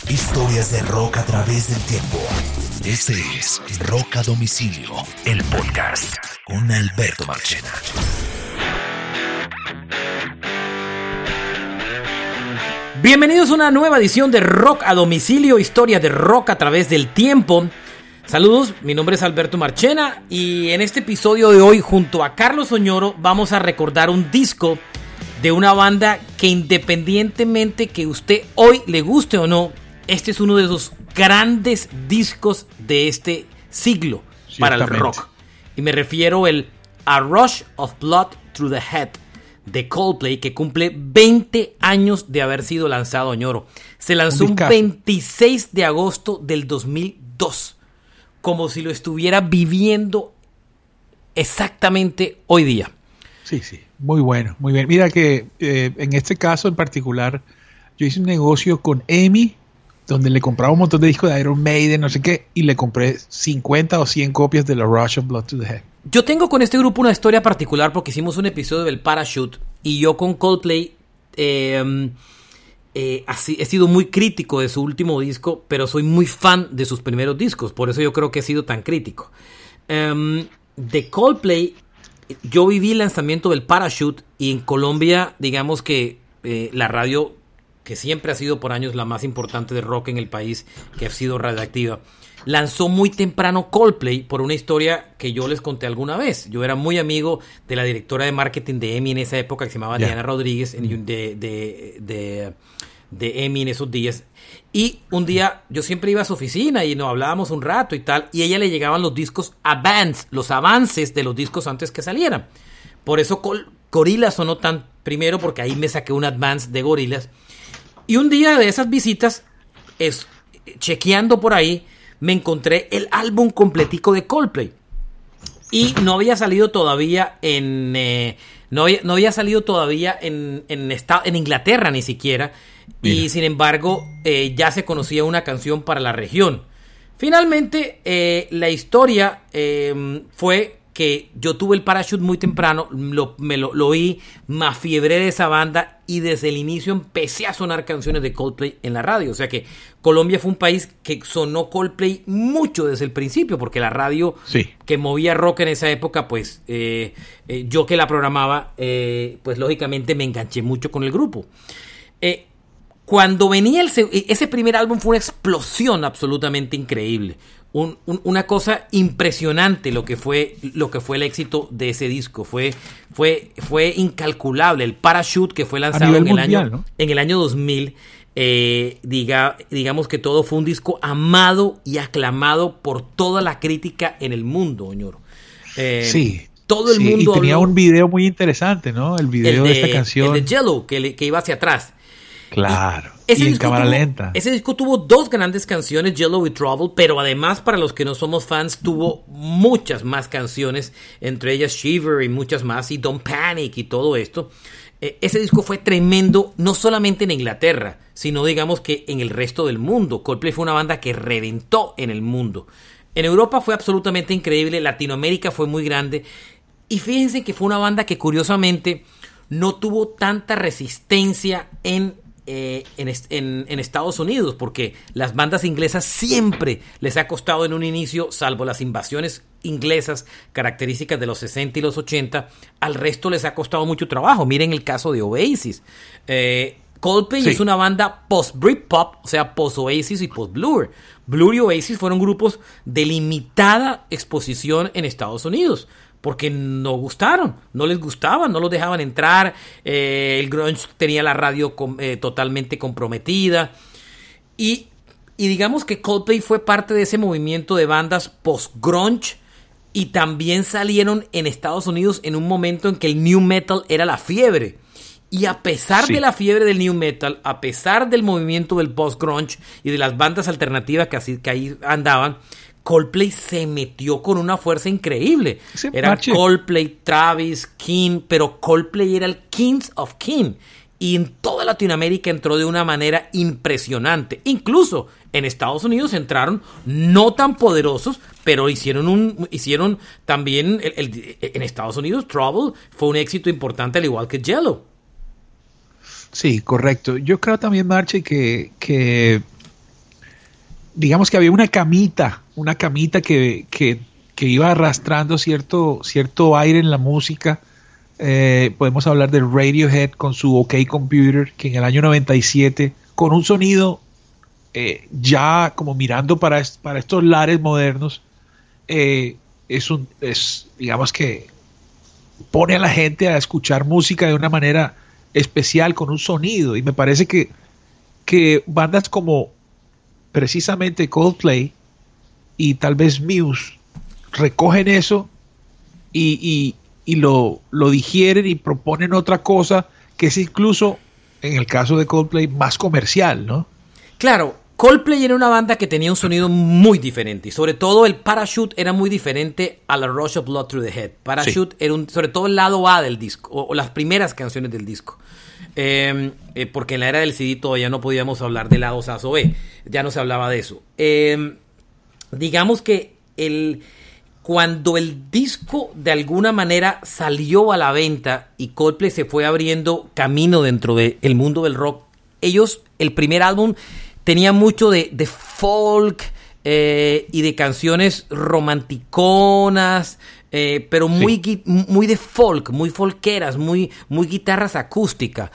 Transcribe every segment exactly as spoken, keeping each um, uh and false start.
Historias de rock a través del tiempo. Este es Rock a Domicilio, el podcast con Alberto Marchena. Bienvenidos a una nueva edición de Rock a Domicilio, historias de rock a través del tiempo. Saludos, mi nombre es Alberto Marchena y en este episodio de hoy, junto a Carlos Oñoro, vamos a recordar un disco de una banda que, independientemente que usted hoy le guste o no, este es uno de esos grandes discos de este siglo para el rock. Y me refiero al A Rush of Blood Through the Head de Coldplay, que cumple veinte años de haber sido lanzado, Oñoro. Se lanzó un, un veintiséis de agosto del dos mil dos, como si lo estuviera viviendo exactamente hoy día. Sí, sí, muy bueno, muy bien. Mira que eh, en este caso en particular, yo hice un negocio con EMI, donde le compraba un montón de discos de Iron Maiden, no sé qué, y le compré cincuenta o cien copias de la Rush of Blood to the Head. Yo tengo con este grupo una historia particular porque hicimos un episodio del Parachute y yo con Coldplay eh, eh, así, he sido muy crítico de su último disco, pero soy muy fan de sus primeros discos, por eso yo creo que he sido tan crítico. Um, de Coldplay, yo viví el lanzamiento del Parachute y en Colombia, digamos que eh, la radio, que siempre ha sido por años la más importante de rock en el país, que ha sido radioactiva, lanzó muy temprano Coldplay por una historia que yo les conté alguna vez. Yo era muy amigo de la directora de marketing de EMI en esa época, que se llamaba yeah. Diana Rodríguez, en, de, de, de, de EMI en esos días. Y un día yo siempre iba a su oficina y nos hablábamos un rato y tal, y a ella le llegaban los discos advance, los avances de los discos antes que salieran. Por eso Col- Gorillaz sonó tan primero, porque ahí me saqué un advance de Gorillaz. Y un día de esas visitas, es, chequeando por ahí, me encontré el álbum completico de Coldplay. Y no había salido todavía en... Eh, no, había, no había salido todavía en, en, esta, en Inglaterra ni siquiera. Mira. Y sin embargo, eh, ya se conocía una canción para la región. Finalmente, eh, la historia eh, fue que yo tuve el Parachute muy temprano, lo, me lo, lo oí, me afiebré de esa banda y desde el inicio empecé a sonar canciones de Coldplay en la radio. O sea que Colombia fue un país que sonó Coldplay mucho desde el principio, porque la radio sí. que movía rock en esa época, pues eh, eh, yo que la programaba, eh, pues lógicamente me enganché mucho con el grupo. Eh, cuando venía el, ese primer álbum fue una explosión absolutamente increíble. Un, un, una cosa impresionante lo que fue lo que fue el éxito de ese disco. Fue, fue, fue incalculable. El Parachute, que fue lanzado en el, mundial, año, ¿no? en el año dos mil, eh, diga, digamos que todo fue un disco amado y aclamado por toda la crítica en el mundo, Oñoro. Eh, sí. Todo el sí, mundo y tenía habló, un video muy interesante, ¿no? El video el de, de esta canción. El de Yellow, que, que iba hacia atrás. Claro, ese y en cámara tuvo, lenta. Ese disco tuvo dos grandes canciones, Yellow y Trouble, pero además, para los que no somos fans, tuvo muchas más canciones, entre ellas Shiver y muchas más, y Don't Panic y todo esto. Eh, ese disco fue tremendo, no solamente en Inglaterra, sino digamos que en el resto del mundo. Coldplay fue una banda que reventó en el mundo. En Europa fue absolutamente increíble, Latinoamérica fue muy grande, y fíjense que fue una banda que curiosamente no tuvo tanta resistencia en Eh, en, en, en Estados Unidos, porque las bandas inglesas siempre les ha costado en un inicio, salvo las invasiones inglesas características de los sesenta y los ochenta, al resto les ha costado mucho trabajo. Miren el caso de Oasis. eh, Coldplay sí. es una banda post-Britpop, o sea, post-Oasis y post-Blur. Blur y Oasis fueron grupos de limitada exposición en Estados Unidos, porque no gustaron, no les gustaban, no los dejaban entrar, eh, el grunge tenía la radio com, eh, totalmente comprometida, y, y digamos que Coldplay fue parte de ese movimiento de bandas post-grunge, y también salieron en Estados Unidos en un momento en que el new metal era la fiebre, y a pesar sí. de la fiebre del new metal, a pesar del movimiento del post-grunge y de las bandas alternativas que, así, que ahí andaban, Coldplay se metió con una fuerza increíble. Sí, era machi. Coldplay, Travis, King, pero Coldplay era el Kings of King. Y en toda Latinoamérica entró de una manera impresionante. Incluso en Estados Unidos entraron no tan poderosos, pero hicieron un hicieron también el, el, en Estados Unidos Trouble fue un éxito importante, al igual que Yellow. Sí, correcto. Yo creo también, Marche, que, que digamos que había una camita, una camita que, que, que iba arrastrando cierto, cierto aire en la música. Eh, podemos hablar de Radiohead con su OK Computer, que en el año noventa y siete, con un sonido eh, ya como mirando para, est- para estos lares modernos, eh, es un, es, digamos que pone a la gente a escuchar música de una manera especial, con un sonido, y me parece que, que bandas como precisamente Coldplay y tal vez Muse recogen eso y, y, y lo, lo digieren y proponen otra cosa que es incluso, en el caso de Coldplay, más comercial, ¿no? Claro, Coldplay era una banda que tenía un sonido muy diferente y sobre todo el Parachute era muy diferente a la Rush of Blood Through the Head. Parachute sí. era un, sobre todo el lado A del disco o, o las primeras canciones del disco. Eh, eh, porque en la era del C D todavía no podíamos hablar de lados A o B, ya no se hablaba de eso. Eh, digamos que el, cuando el disco de alguna manera salió a la venta y Coldplay se fue abriendo camino dentro del mundo del rock, ellos, el primer álbum tenía mucho de, de folk eh, y de canciones romanticonas, eh, pero muy, sí. muy de folk, muy folkeras, muy, muy guitarras acústicas,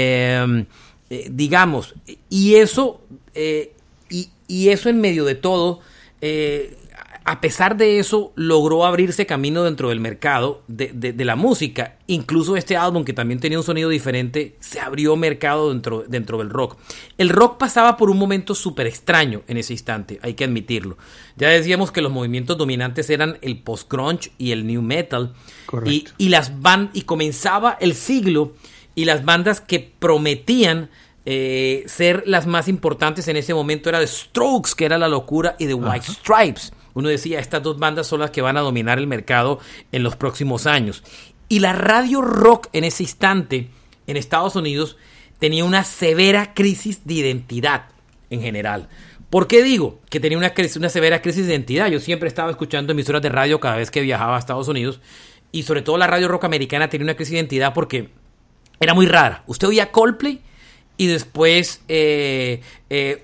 eh, eh, digamos. Y eso, eh, y, y eso en medio de todo, eh, a pesar de eso, logró abrirse camino dentro del mercado de, de, de la música. Incluso este álbum, que también tenía un sonido diferente, se abrió mercado dentro, dentro del rock. El rock pasaba por un momento súper extraño en ese instante, hay que admitirlo. Ya decíamos que los movimientos dominantes eran el post-grunge y el new metal. Correcto. Y, y, las band, y comenzaba el siglo y las bandas que prometían eh, ser las más importantes en ese momento era The Strokes, que era la locura, y The White Ajá. Stripes. Uno decía, estas dos bandas son las que van a dominar el mercado en los próximos años. Y la radio rock en ese instante, en Estados Unidos, tenía una severa crisis de identidad en general. ¿Por qué digo que tenía una, crisis, una severa crisis de identidad? Yo siempre estaba escuchando emisoras de radio cada vez que viajaba a Estados Unidos, y sobre todo la radio rock americana tenía una crisis de identidad porque era muy rara. Usted oía Coldplay y después eh, eh,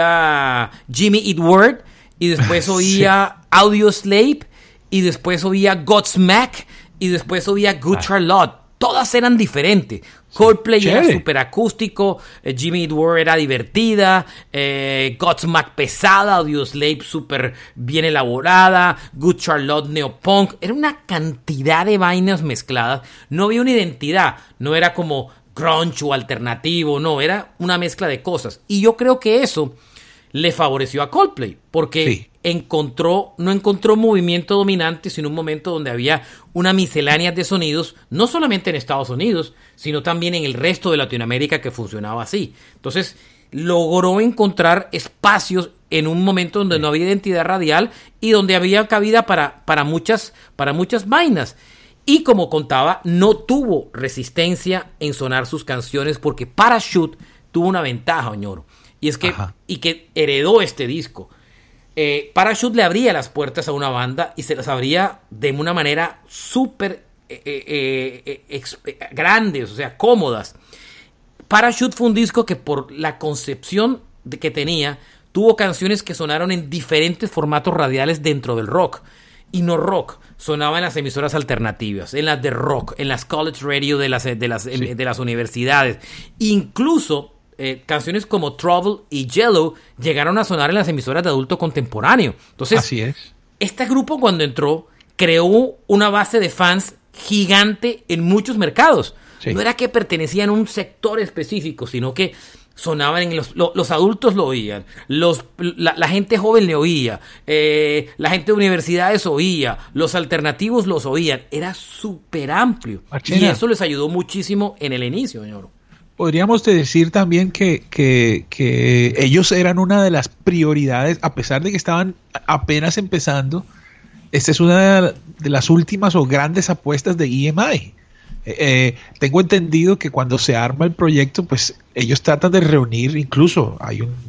oía Jimmy Eat World, y después oía sí. Audioslave, y después oía Godsmack, y después oía Good ah. Charlotte. Todas eran diferentes. Coldplay sí, era súper acústico, eh, Jimmy Eat World era divertida, eh, Godsmack pesada, Audioslave súper bien elaborada, Good Charlotte neopunk. Era una cantidad de vainas mezcladas. No había una identidad, no era como grunge o alternativo, no, era una mezcla de cosas. Y yo creo que eso le favoreció a Coldplay, porque sí. encontró, no encontró movimiento dominante, sino un momento donde había una miscelánea de sonidos, no solamente en Estados Unidos, sino también en el resto de Latinoamérica, que funcionaba así. Entonces, logró encontrar espacios en un momento donde sí. no había identidad radial y donde había cabida para, para, muchas, para muchas vainas. Y como contaba, no tuvo resistencia en sonar sus canciones, porque Parachute tuvo una ventaja, Oñoro. Y es que, Ajá. y que heredó este disco. Eh, Parachute le abría las puertas a una banda y se las abría de una manera súper eh, eh, eh, eh, grandes, o sea, cómodas. Parachute fue un disco que, por la concepción de que tenía, tuvo canciones que sonaron en diferentes formatos radiales dentro del rock. Y no rock, sonaba en las emisoras alternativas, en las de rock, en las college radio de las, de las, sí. de las universidades. Incluso Eh, canciones como Trouble y Yellow llegaron a sonar en las emisoras de adulto contemporáneo. Entonces, así es. Este grupo, cuando entró, creó una base de fans gigante en muchos mercados. Sí. No era que pertenecían a un sector específico, sino que sonaban en los, lo, los adultos lo oían, los, la, la gente joven le oía, eh, la gente de universidades oía, los alternativos los oían. Era súper amplio. Marchena. Y eso les ayudó muchísimo en el inicio, señor. Podríamos decir también que, que, que ellos eran una de las prioridades, a pesar de que estaban apenas empezando. Esta es una de las últimas o grandes apuestas de E M I. Eh, tengo entendido que cuando se arma el proyecto, pues ellos tratan de reunir, incluso hay un,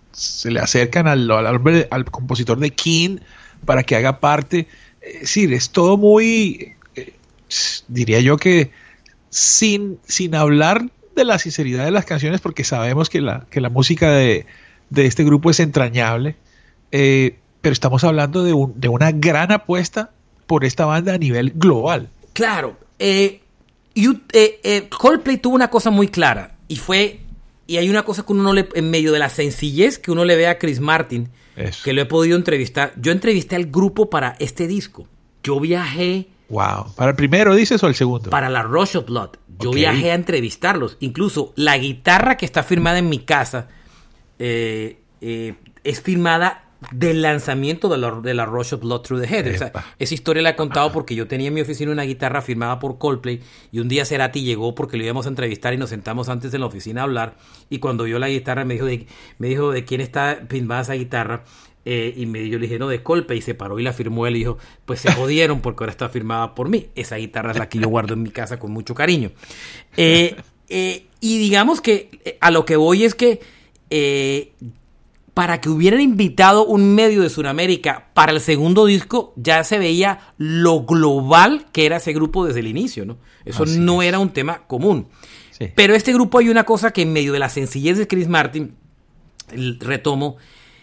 se le acercan al, al, al compositor de King para que haga parte. Es decir, es todo muy, eh, diría yo que sin, sin hablar de la sinceridad de las canciones, porque sabemos que la, que la música de, de este grupo es entrañable, eh, pero estamos hablando de, un, de una gran apuesta por esta banda a nivel global. Claro, eh, you, eh, eh, Coldplay tuvo una cosa muy clara, y fue, y hay una cosa que uno le, en medio de la sencillez que uno le ve a Chris Martin, Eso. que lo he podido entrevistar. Yo entrevisté al grupo para este disco. Yo viajé... Wow. ¿Para el primero dices o el segundo? Para la Rush of Blood. Yo okay. viajé a entrevistarlos. Incluso la guitarra que está firmada en mi casa eh, eh, es firmada del lanzamiento de la, de la Rush of Blood Through the Head. O sea, esa historia la he contado porque yo tenía en mi oficina una guitarra firmada por Coldplay y un día Cerati llegó porque lo íbamos a entrevistar y nos sentamos antes en la oficina a hablar, y cuando vio la guitarra me dijo de, me dijo de quién está firmada esa guitarra. Eh, y me, yo le dije, no, de Coldplay, y se paró y la firmó él y dijo, pues se jodieron porque ahora está firmada por mí. Esa guitarra es la que yo guardo en mi casa con mucho cariño. Eh, eh, y digamos que eh, a lo que voy es que eh, para que hubieran invitado un medio de Sudamérica para el segundo disco, ya se veía lo global que era ese grupo desde el inicio, ¿no? Eso Así no es. Era un tema común. Sí. Pero este grupo hay una cosa que en medio de la sencillez de Chris Martin, el retomo,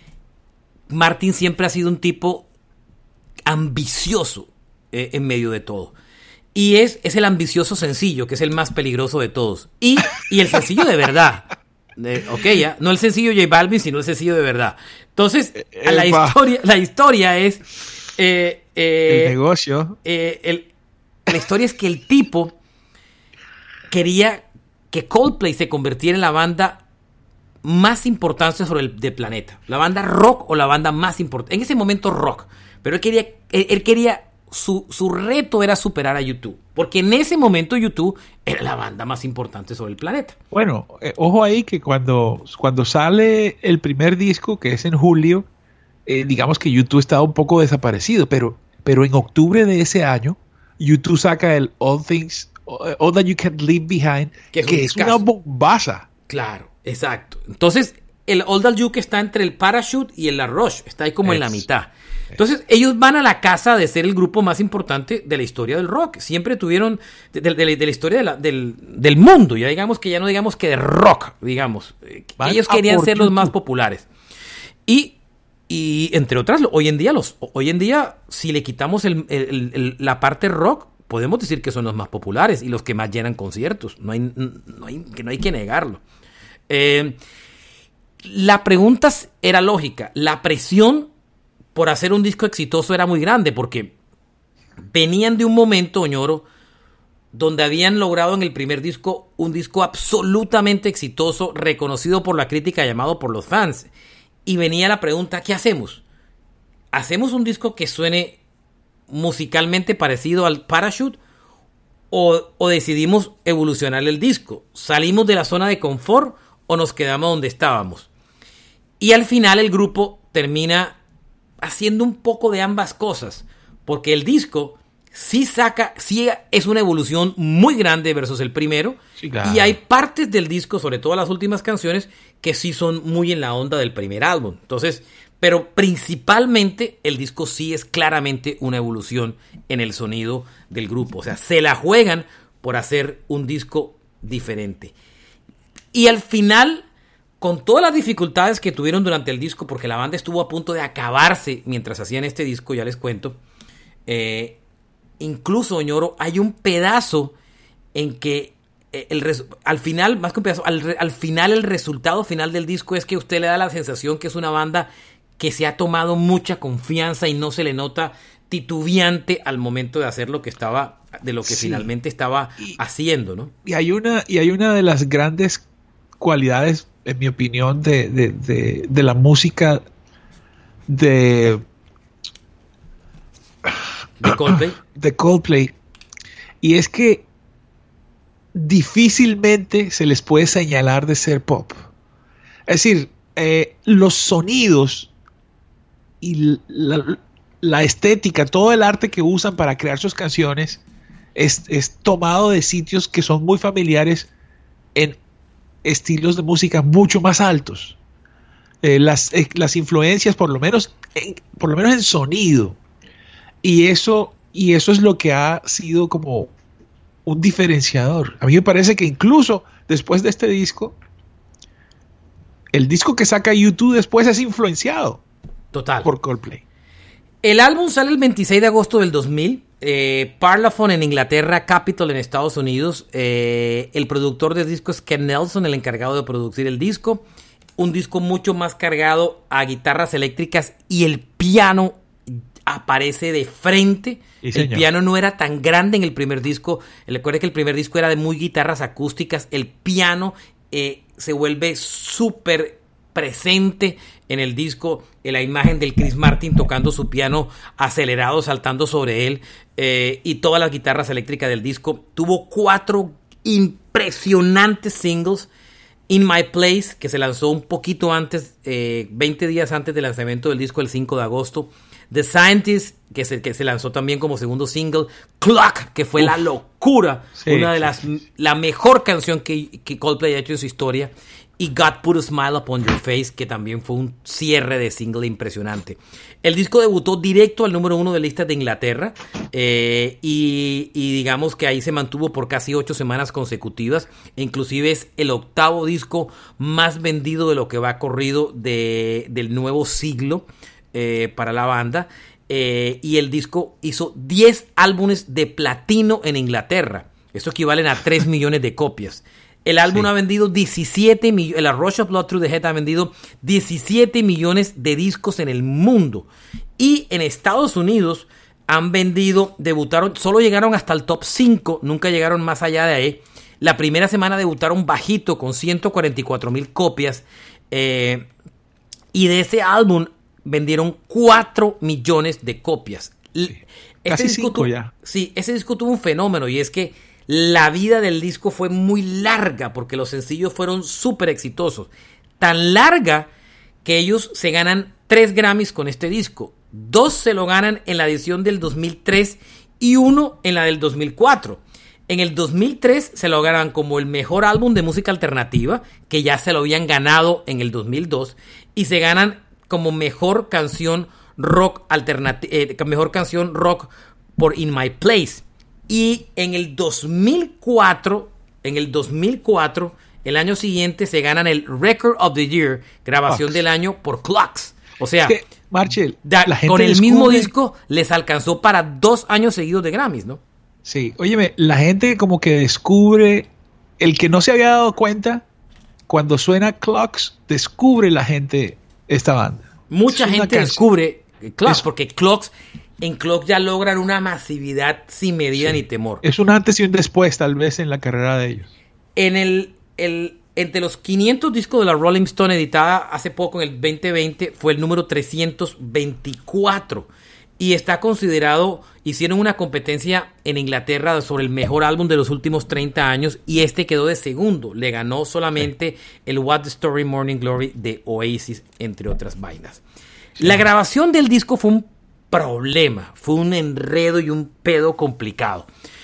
Martin siempre ha sido un tipo ambicioso eh, en medio de todo. Y es, es el ambicioso sencillo, que es el más peligroso de todos. Y, y el sencillo de verdad. Eh, ok, ya. No el sencillo J Balvin, sino el sencillo de verdad. Entonces, a la, historia, la historia es... Eh, eh, el negocio. Eh, el, la historia es que el tipo quería que Coldplay se convirtiera en la banda más importante sobre el de planeta, la banda rock o la banda más importante, en ese momento rock, pero él quería, él, él quería su, su reto era superar a U dos, porque en ese momento U dos era la banda más importante sobre el planeta. Bueno, eh, ojo ahí que cuando, cuando sale el primer disco, que es en julio, eh, digamos que U dos estaba un poco desaparecido, pero, pero en octubre de ese año, U dos saca el All Things, All That You Can Leave Behind, que es, que es una bombaza. Claro. Exacto. Entonces, el All That You que está entre el Parachute y el La Roche, está ahí como es, en la mitad. Entonces, es. ellos van a la casa de ser el grupo más importante de la historia del rock. Siempre tuvieron, de, de, de, de la historia de la, del, del mundo, ya digamos que ya no digamos que de rock, digamos. Van ellos querían ser los más populares. Y, y entre otras, hoy en día, los, hoy en día si le quitamos el, el, el, la parte rock, podemos decir que son los más populares y los que más llenan conciertos. No hay, no hay, que no hay que negarlo. Eh, la pregunta era lógica. La presión por hacer un disco exitoso era muy grande porque venían de un momento, Oñoro, donde habían logrado en el primer disco un disco absolutamente exitoso, reconocido por la crítica, llamado por los fans, y venía la pregunta, ¿qué hacemos? ¿Hacemos un disco que suene musicalmente parecido al Parachute o, o decidimos evolucionar el disco? ¿Salimos de la zona de confort o nos quedamos donde estábamos? Y al final el grupo termina haciendo un poco de ambas cosas, porque el disco sí saca, sí es una evolución muy grande versus el primero, sí, claro. Y hay partes del disco, sobre todo las últimas canciones, que sí son muy en la onda del primer álbum. Entonces, pero principalmente el disco sí es claramente una evolución en el sonido del grupo. O sea, se la juegan por hacer un disco diferente. Y al final, con todas las dificultades que tuvieron durante el disco, porque la banda estuvo a punto de acabarse mientras hacían este disco, ya les cuento, eh, incluso, Oñoro, hay un pedazo en que el res- al final, más que un pedazo, al, al final el resultado final del disco es que usted le da la sensación que es una banda que se ha tomado mucha confianza y no se le nota titubeante al momento de hacer lo que estaba, de lo que sí. finalmente estaba y, haciendo, ¿no? Y hay una, y hay una de las grandes cualidades, en mi opinión, de, de, de, de la música de de Coldplay. de Coldplay, y es que difícilmente se les puede señalar de ser pop. Es decir, eh, los sonidos y la, la estética, todo el arte que usan para crear sus canciones es, es tomado de sitios que son muy familiares en estilos de música mucho más altos. Eh, las, eh, las influencias, por lo menos en, por lo menos en sonido, y eso, y eso es lo que ha sido como un diferenciador. A mí me parece que incluso después de este disco, el disco que saca U dos después es influenciado Total. por Coldplay. El álbum sale el veintiséis de agosto del dos mil. Eh, Parlophone en Inglaterra, Capitol en Estados Unidos. Eh, el productor del disco es Ken Nelson, el encargado de producir el disco. Un disco mucho más cargado a guitarras eléctricas y el piano aparece de frente. Sí, el señor. piano no era tan grande en el primer disco. Recuerde que el primer disco era de muy guitarras acústicas. El piano eh, se vuelve súper presente en el disco. En la imagen del Chris Martin tocando su piano acelerado, saltando sobre él. Eh, y todas las guitarras eléctricas del disco. Tuvo cuatro impresionantes singles. In My Place, que se lanzó un poquito antes, eh, veinte días antes del lanzamiento del disco, el cinco de agosto. The Scientist, que se, que se lanzó también como segundo single. Clock, que fue Uf, la locura. Sí, una de las, sí, sí. la mejor canción que, que Coldplay ha hecho en su historia. Y God Put a Smile Upon Your Face, que también fue un cierre de single impresionante. El disco debutó directo al número uno de listas de Inglaterra. Eh, y, y digamos que ahí se mantuvo por casi ocho semanas consecutivas. E inclusive es el octavo disco más vendido de lo que va corrido de, del nuevo siglo eh, para la banda. Eh, y el disco hizo diez álbumes de platino en Inglaterra. Eso equivalen a tres millones de copias. El álbum sí. ha vendido diecisiete millones, el Rush of Blood Through the Head ha vendido diecisiete millones de discos en el mundo. Y en Estados Unidos han vendido, debutaron, solo llegaron hasta el top cinco, nunca llegaron más allá de ahí. La primera semana debutaron bajito con ciento cuarenta y cuatro mil copias. Eh, y de ese álbum vendieron cuatro millones de copias. Sí. Este Casi disco cinco tuvo, ya. Sí, ese disco tuvo un fenómeno y es que la vida del disco fue muy larga porque los sencillos fueron súper exitosos. Tan larga que ellos se ganan tres Grammys con este disco. Dos se lo ganan en la edición del dos mil tres y uno en la del dos mil cuatro. En el dos mil tres se lo ganan como el mejor álbum de música alternativa, que ya se lo habían ganado en el dos mil dos. Y se ganan como mejor canción rock alternativa, eh, mejor canción rock por In My Place. Y en el dos mil cuatro, en el dos mil cuatro, el año siguiente se ganan el Record of the Year, grabación Clocks. del año por Clocks. O sea, es que, Marshall, da, la gente con el descubre... mismo disco les alcanzó para dos años seguidos de Grammys, ¿no? Sí, óyeme, la gente como que descubre, el que no se había dado cuenta, cuando suena Clocks, descubre la gente esta banda. Mucha es gente descubre Clocks, es... porque Clocks... En Clock ya logran una masividad sin medida sí. ni temor. Es un antes y un después, tal vez, en la carrera de ellos. En el, el, entre los quinientos discos de la Rolling Stone, editada hace poco, en el veinte veinte, fue el número trescientos veinticuatro. Y está considerado, hicieron una competencia en Inglaterra sobre el mejor álbum de los últimos treinta años, y este quedó de segundo. Le ganó solamente sí. el What the Story Morning Glory de Oasis, entre otras vainas. Sí. La grabación del disco fue un problema, fue un enredo y un pedo complicado.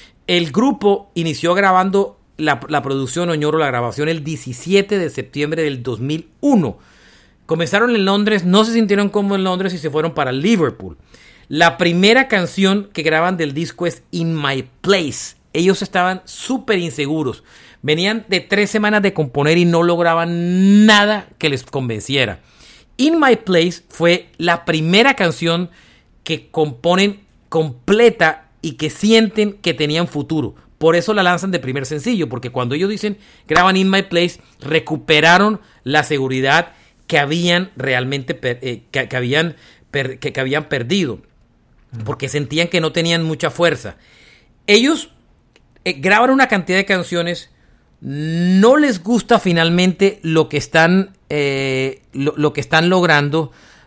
El grupo inició grabando la, la producción, Oñoro, la grabación el diecisiete de septiembre del dos mil uno. Comenzaron en Londres, no se sintieron cómodos en Londres y se fueron para Liverpool. La primera canción que graban del disco es In My Place. Ellos estaban súper inseguros. Venían de tres semanas de componer y no lograban nada que les convenciera. In My Place fue la primera canción que componen completa y que sienten que tenían futuro. Por eso la lanzan de primer sencillo, porque cuando ellos dicen graban In My Place, recuperaron la seguridad que habían realmente per, eh, que, que, habían per, que, que habían perdido, porque sentían que no tenían mucha fuerza. Ellos eh, graban una cantidad de canciones, no les gusta finalmente lo que están eh, lo, lo que están logrando.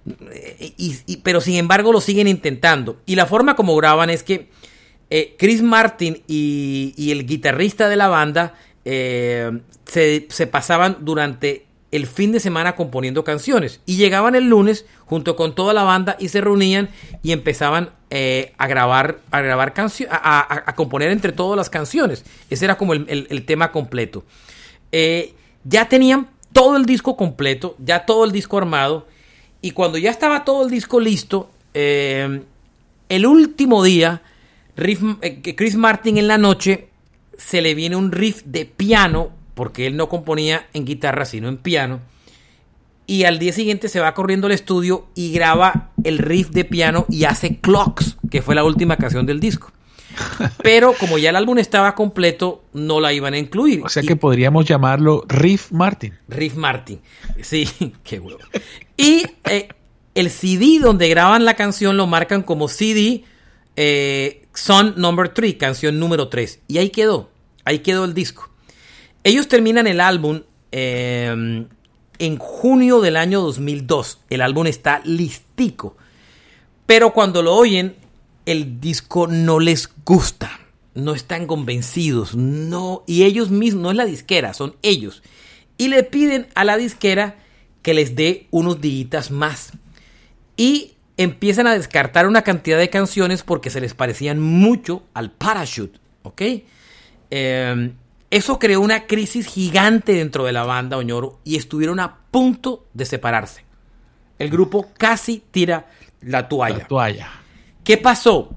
Y, y, pero sin embargo lo siguen intentando. Y la forma como graban es que eh, Chris Martin y, y el guitarrista de la banda eh, se, se pasaban durante el fin de semana componiendo canciones. Y llegaban el lunes junto con toda la banda y se reunían y empezaban eh, a grabar, a, grabar cancio- a, a, a componer entre todas las canciones. Ese era como el, el, el tema completo. Eh, ya tenían todo el disco completo, ya todo el disco armado. Y cuando ya estaba todo el disco listo, eh, el último día, riff, eh, Chris Martin en la noche se le viene un riff de piano, porque él no componía en guitarra, sino en piano. y al día siguiente se va corriendo al estudio y graba el riff de piano y hace Clocks, que fue la última canción del disco. Pero como ya el álbum estaba completo, no la iban a incluir. O sea y, que podríamos llamarlo Riff Martin. Riff Martin, sí, qué huevo. Y eh, el C D donde graban la canción lo marcan como C D eh, Son Number tres, canción número tres. Y ahí quedó, ahí quedó el disco. Ellos terminan el álbum eh, en junio del año dos mil dos. El álbum está listico. Pero cuando lo oyen, el disco no les gusta. No están convencidos. No, y ellos mismos, no es la disquera, son ellos. Y le piden a la disquera que les dé unos días más. Y empiezan a descartar una cantidad de canciones porque se les parecían mucho al Parachute. ¿Ok? Eh, eso creó una crisis gigante dentro de la banda, Oñoro, y estuvieron a punto de separarse. El grupo casi tira la toalla. La toalla. ¿Qué pasó?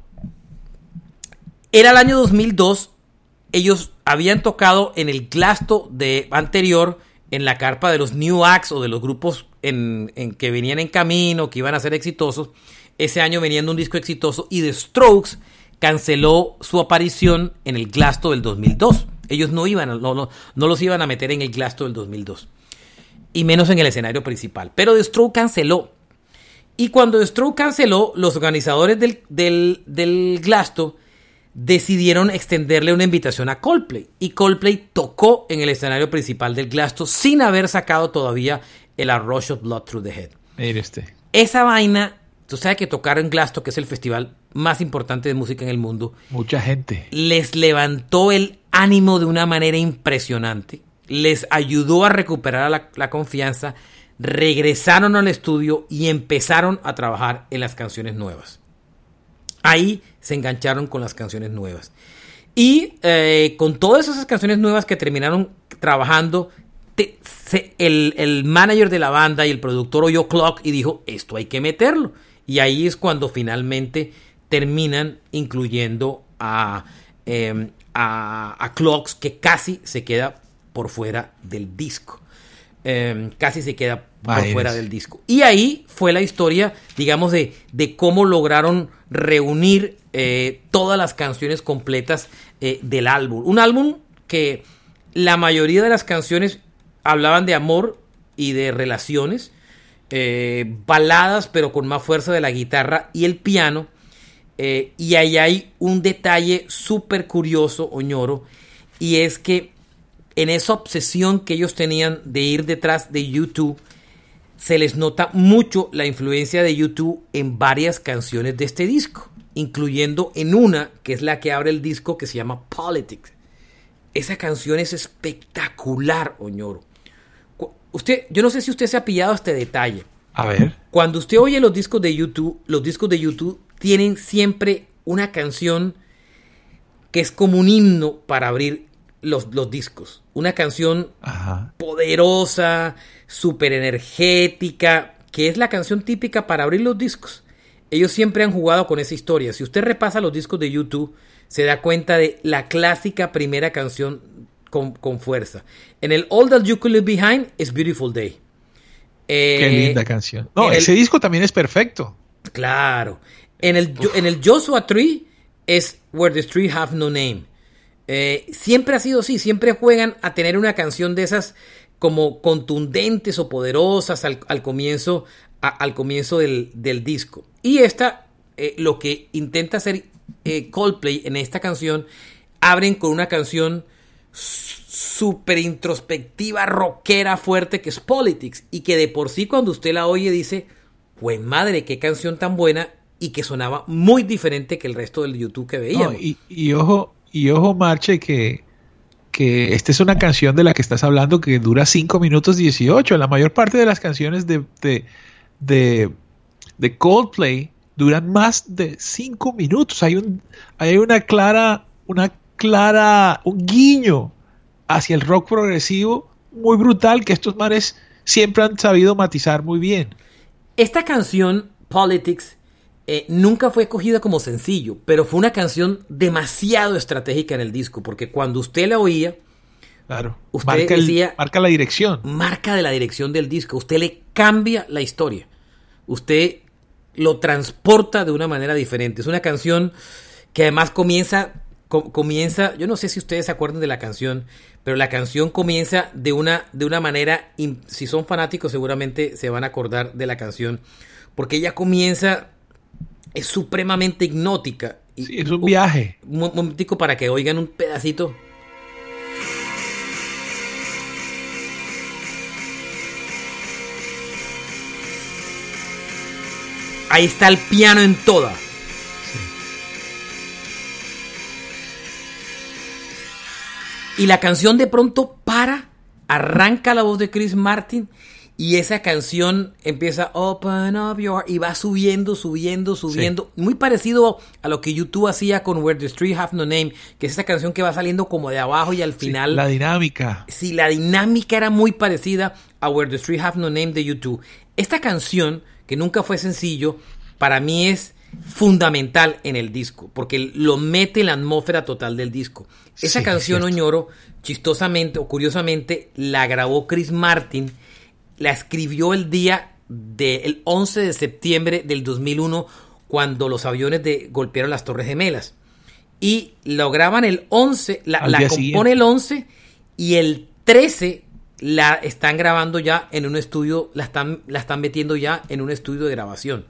Era el año dos mil dos. Ellos habían tocado en el Glasto de anterior, en la carpa de los New Acts o de los grupos en, en que venían en camino, que iban a ser exitosos. Ese año venían de un disco exitoso y The Strokes canceló su aparición en el Glasto del dos mil dos. Ellos no iban, no, no, no los iban a meter en el Glasto del dos mil dos. Y menos en el escenario principal. Pero The Strokes canceló. Y cuando The Strokes canceló, los organizadores del, del, del Glasto decidieron extenderle una invitación a Coldplay. Y Coldplay tocó en el escenario principal del Glasto sin haber sacado todavía el A Rush of Blood Through the Head. Mire usted. Esa vaina, tú sabes que tocar en Glasto, que es el festival más importante de música en el mundo. Mucha gente. Les levantó el ánimo de una manera impresionante. Les ayudó a recuperar la, la confianza. Regresaron al estudio y empezaron a trabajar en las canciones nuevas. Ahí se engancharon con las canciones nuevas. Y eh, con todas esas canciones nuevas que terminaron trabajando, te, se, el, el manager de la banda y el productor oyó Clock y dijo, esto hay que meterlo. Y ahí es cuando finalmente terminan incluyendo a, eh, a, a Clocks, que casi se queda por fuera del disco. Eh, casi se queda por Imagínese. fuera del disco. Y ahí fue la historia, digamos, de, de cómo lograron reunir eh, todas las canciones completas eh, del álbum. Un álbum que la mayoría de las canciones hablaban de amor y de relaciones, eh, baladas, pero con más fuerza de la guitarra y el piano. Eh, y ahí hay un detalle súper curioso, Oñoro, y es que en esa obsesión que ellos tenían de ir detrás de U dos, se les nota mucho la influencia de U dos en varias canciones de este disco, incluyendo en una que es la que abre el disco, que se llama Politics. Esa canción es espectacular, Oñoro. Usted, yo no sé si usted se ha pillado este detalle. A ver. Cuando usted oye los discos de U dos, los discos de U dos tienen siempre una canción que es como un himno para abrir Los, los discos. Una canción Ajá. poderosa, súper energética, que es la canción típica para abrir los discos. Ellos siempre han jugado con esa historia. Si usted repasa los discos de U dos, se da cuenta de la clásica primera canción con, con fuerza. En el All That You Could Leave Behind es Beautiful Day. Eh, Qué linda canción. No, ese el, disco también es perfecto. Claro. En el, en el Joshua Tree es Where the Streets Have No Name. Eh, siempre ha sido así, siempre juegan a tener una canción de esas como contundentes o poderosas al, al comienzo, a, al comienzo del, del disco. Y esta, eh, lo que intenta hacer eh, Coldplay en esta canción, abren con una canción súper introspectiva, rockera, fuerte, que es Politics, y que de por sí cuando usted la oye dice, pues madre, qué canción tan buena, y que sonaba muy diferente que el resto del YouTube que veíamos. No, y, y ojo, Y ojo, Marche, que, que esta es una canción de la que estás hablando que dura cinco minutos dieciocho. La mayor parte de las canciones de, de, de, de Coldplay duran más de cinco minutos. Hay un, hay una clara, una clara, un guiño hacia el rock progresivo muy brutal que estos manes siempre han sabido matizar muy bien. Esta canción, Politics, Eh, nunca fue cogida como sencillo, pero fue una canción demasiado estratégica en el disco, porque cuando usted la oía, Claro. Usted marca, el, decía, marca la dirección. Marca de la dirección del disco. Usted le cambia la historia. Usted lo transporta de una manera diferente. Es una canción que además comienza, com, comienza, yo no sé si ustedes se acuerdan de la canción, pero la canción comienza de una, de una manera, si son fanáticos seguramente se van a acordar de la canción, porque ella comienza, es supremamente hipnótica. Sí, es un viaje. Un, un momentico para que oigan un pedacito. Ahí está el piano en toda. Sí. Y la canción de pronto para, arranca la voz de Chris Martin y esa canción empieza Open Up Your... y va subiendo, subiendo, subiendo. Sí. Muy parecido a lo que YouTube hacía con Where the Streets Have No Name, que es esa canción que va saliendo como de abajo y al final... Sí, la dinámica. Sí, la dinámica era muy parecida a Where the Streets Have No Name de YouTube. Esta canción, que nunca fue sencillo, para mí es fundamental en el disco, porque lo mete en la atmósfera total del disco. Esa sí, canción, Oñoro, chistosamente o curiosamente, la grabó Chris Martin, la escribió el día del once de septiembre del dos mil uno, cuando los aviones de, golpearon las Torres Gemelas. Y lo graban el once, la, la compone siguiente. El once, y el trece la están grabando ya en un estudio, la están, la están metiendo ya en un estudio de grabación.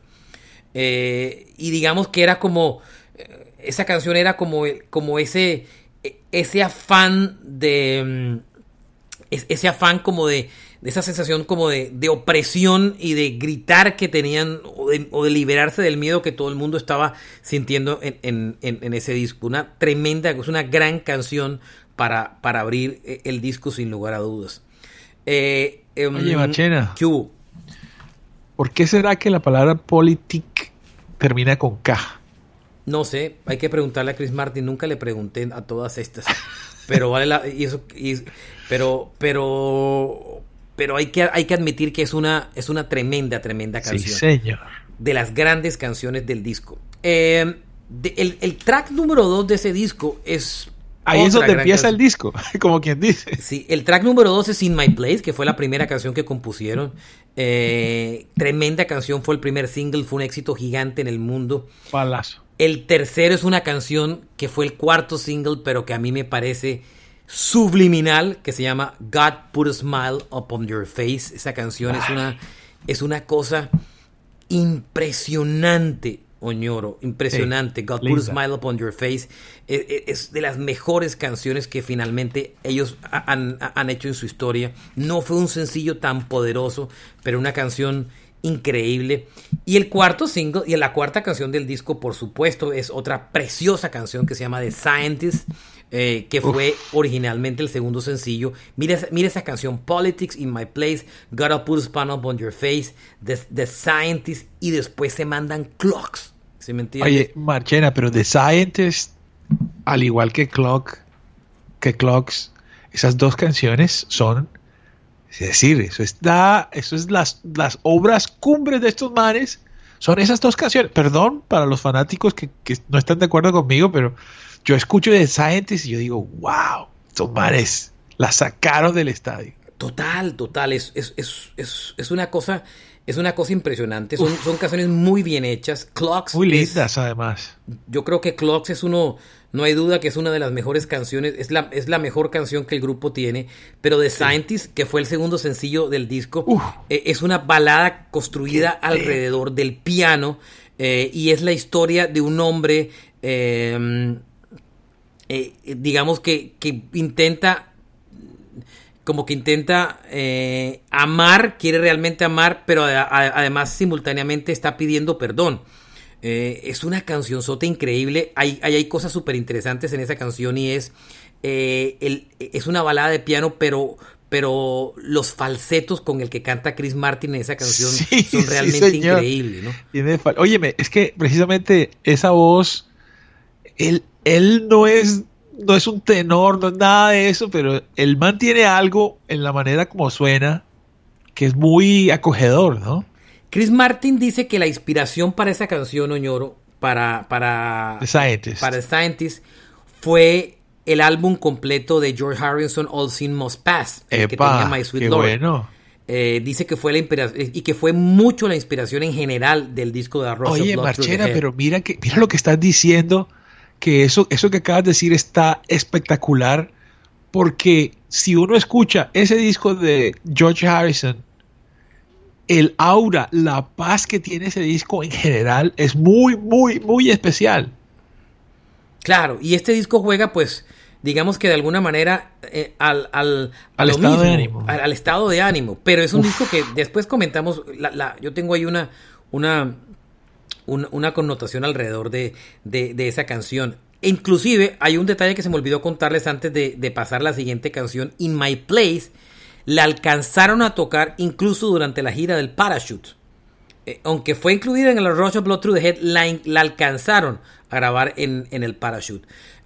Eh, y digamos que era como, esa canción era como, como ese, ese afán de, ese afán como de, de esa sensación como de, de opresión y de gritar que tenían, o de, o de liberarse del miedo que todo el mundo estaba sintiendo en, en, en, en ese disco. Una tremenda, es una gran canción para, para abrir el disco sin lugar a dudas. Eh, eh, Oye, Marchena, ¿qué hubo? ¿Por qué será que la palabra politic termina con K? No sé, hay que preguntarle a Chris Martin. Nunca le pregunté a todas estas, pero vale la, y eso, y, pero, pero, pero hay que, hay que admitir que es una, es una tremenda, tremenda canción. Sí, señor. De las grandes canciones del disco. Eh, de, el, el track número dos de ese disco es... Ahí es donde empieza canción. El disco, como quien dice. Sí, el track número dos es In My Place, que fue la primera canción que compusieron. Eh, tremenda canción, fue el primer single, fue un éxito gigante en el mundo. Palazo. El tercero es una canción que fue el cuarto single, pero que a mí me parece subliminal, que se llama God Put a Smile Upon Your Face. Esa canción es una, es una cosa impresionante. Oñoro, impresionante. Sí, God linda. Put a Smile Upon Your Face es, es de las mejores canciones que finalmente ellos han, han hecho en su historia. No fue un sencillo tan poderoso, pero una canción increíble. Y el cuarto single y la cuarta canción del disco, por supuesto, es otra preciosa canción que se llama The Scientist, eh, que Uf. fue originalmente el segundo sencillo. Mira, mira esa canción, Politics, In My Place, Gotta Put a Smile Upon Your Face, The, The Scientist, y después se mandan Clocks. ¿Sí me entiendes? Oye, Marchena, pero The Scientist, al igual que Clock, que Clocks, esas dos canciones son, es decir, eso está, eso es las, las obras cumbres de estos manes, son esas dos canciones. Perdón para los fanáticos que, que no están de acuerdo conmigo, pero yo escucho The Scientist y yo digo, wow, estos manes la sacaron del estadio. Total, total, es, es, es, es, es una cosa... Es una cosa impresionante, son, son canciones muy bien hechas. Clocks muy lindas, es, además. Yo creo que Clocks es uno, no hay duda que es una de las mejores canciones, es la, es la mejor canción que el grupo tiene, pero The Scientist, sí. que fue el segundo sencillo del disco, eh, es una balada construida Qué alrededor del piano, eh, y es la historia de un hombre, eh, eh, digamos que, que intenta... como que intenta eh, amar, quiere realmente amar, pero a, a, además simultáneamente está pidiendo perdón. Eh, es una cancionzota increíble, hay, hay, hay cosas súper interesantes en esa canción y es, eh, el, es una balada de piano, pero, pero los falsetos con el que canta Chris Martin en esa canción sí, son realmente sí, increíbles, ¿no? Tiene fal- Óyeme, es que precisamente esa voz, él, él no es... no es un tenor, no es nada de eso, pero el man tiene algo en la manera como suena que es muy acogedor, ¿no? Chris Martin dice que la inspiración para esa canción, Oñoro, para, para, The Scientist. para The Scientist, fue el álbum completo de George Harrison, All Sin Must Pass, el Epa, que tenía My Sweet qué Lord. Bueno. Eh, dice que fue la inspiración y que fue mucho la inspiración en general del disco de Rush Oye, of Blood Marchena, Through the Head. pero mira que mira lo que estás diciendo, que eso, eso que acabas de decir está espectacular, porque si uno escucha ese disco de George Harrison, el aura, la paz que tiene ese disco en general es muy, muy, muy especial. Claro, y este disco juega, pues, digamos que de alguna manera eh, al, al, a Al lo estado mismo, de ánimo. Al, al estado de ánimo. Pero es un Uf. disco que después comentamos. La, la, yo tengo ahí una, una, una, una connotación alrededor de, de, de esa canción. E inclusive hay un detalle que se me olvidó contarles antes de, de pasar la siguiente canción. In My Place la alcanzaron a tocar incluso durante la gira del Parachute. Eh, aunque fue incluida en el Rush of Blood Through the Head, la, la alcanzaron a grabar en, en el Parachute.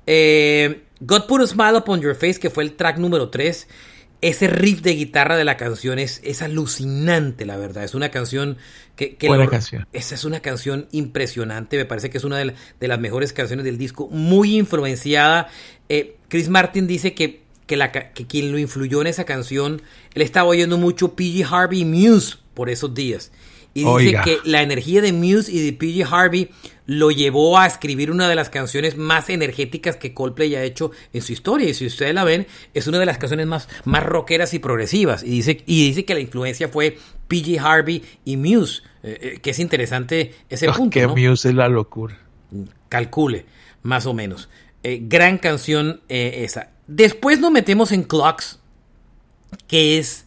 Eh, God Put a Smile Upon Your Face, que fue el track número tres. Ese riff de guitarra de la canción es, es alucinante, la verdad. Es una canción que... que Buena lo, canción. Esa es una canción impresionante. Me parece que es una de, la, de las mejores canciones del disco. Muy influenciada. Eh, Chris Martin dice que, que, la, que quien lo influyó en esa canción, él estaba oyendo mucho P G Harvey y Muse por esos días. Y dice Oiga. que la energía de Muse y de P G Harvey lo llevó a escribir una de las canciones más energéticas que Coldplay ha hecho en su historia. Y si ustedes la ven, es una de las canciones más, más rockeras y progresivas. Y dice, y dice que la influencia fue P G Harvey y Muse. Eh, eh, que es interesante ese Oh, punto, que ¿no? Muse es la locura. Calcule, más o menos. Eh, gran canción eh, esa. Después nos metemos en Clocks, que es...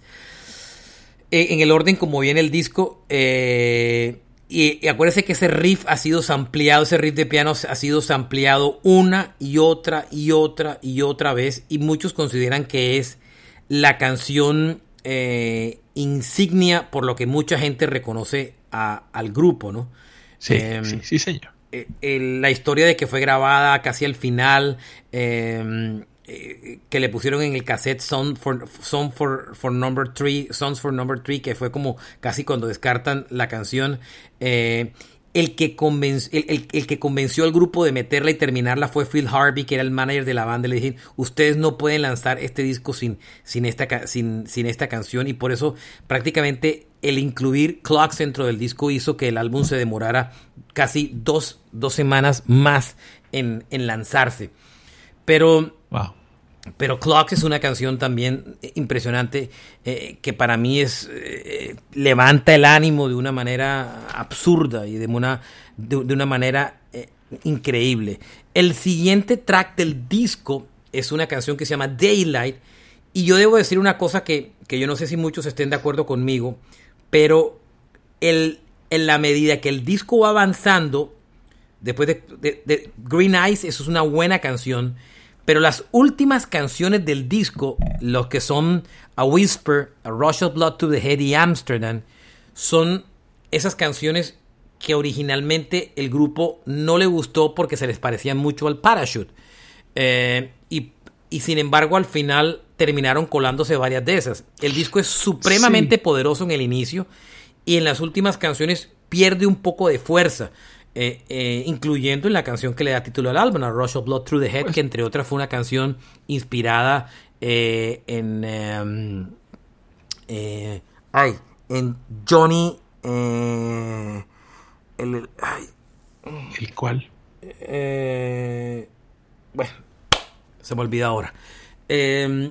Eh, en el orden como viene el disco, eh, y, y acuérdense que ese riff ha sido sampleado, ese riff de piano ha sido sampleado una y otra y otra y otra vez, y muchos consideran que es la canción eh, insignia por lo que mucha gente reconoce a, al grupo, ¿no? Sí, Eh, sí, sí, señor. eh, eh, la historia de que fue grabada casi al final, eh, eh, que le pusieron en el cassette Song for, Song for, for Number three, Songs for Number three, que fue como casi cuando descartan la canción. Eh, el, que convenció, el, el, el que convenció al grupo de meterla y terminarla fue Phil Harvey, que era el manager de la banda. Le dijeron, ustedes no pueden lanzar este disco sin, sin, esta, sin, sin esta canción, y por eso prácticamente el incluir Clocks dentro del disco hizo que el álbum se demorara casi dos, dos semanas más en, en lanzarse. Pero, Wow. pero Clocks es una canción también impresionante, eh, que para mí es eh, levanta el ánimo de una manera absurda y de una, de, de una manera eh, increíble. El siguiente track del disco es una canción que se llama Daylight, y yo debo decir una cosa que, que yo no sé si muchos estén de acuerdo conmigo, pero el, en la medida que el disco va avanzando, después de, de, de Green Eyes, eso es una buena canción, pero las últimas canciones del disco, los que son A Whisper, A Rush of Blood to the Head y Amsterdam, son esas canciones que originalmente el grupo no le gustó porque se les parecían mucho al Parachute. Eh, y, y sin embargo, al final terminaron colándose varias de esas. El disco es supremamente Sí. poderoso en el inicio, y en las últimas canciones pierde un poco de fuerza. Eh, eh, incluyendo en la canción que le da título al álbum, A Rush of Blood Through the Head, pues, que entre otras fue una canción inspirada eh, en eh, eh, ay, en Johnny eh, el, ay, ¿El cual? eh, bueno, se me olvida ahora. Eh,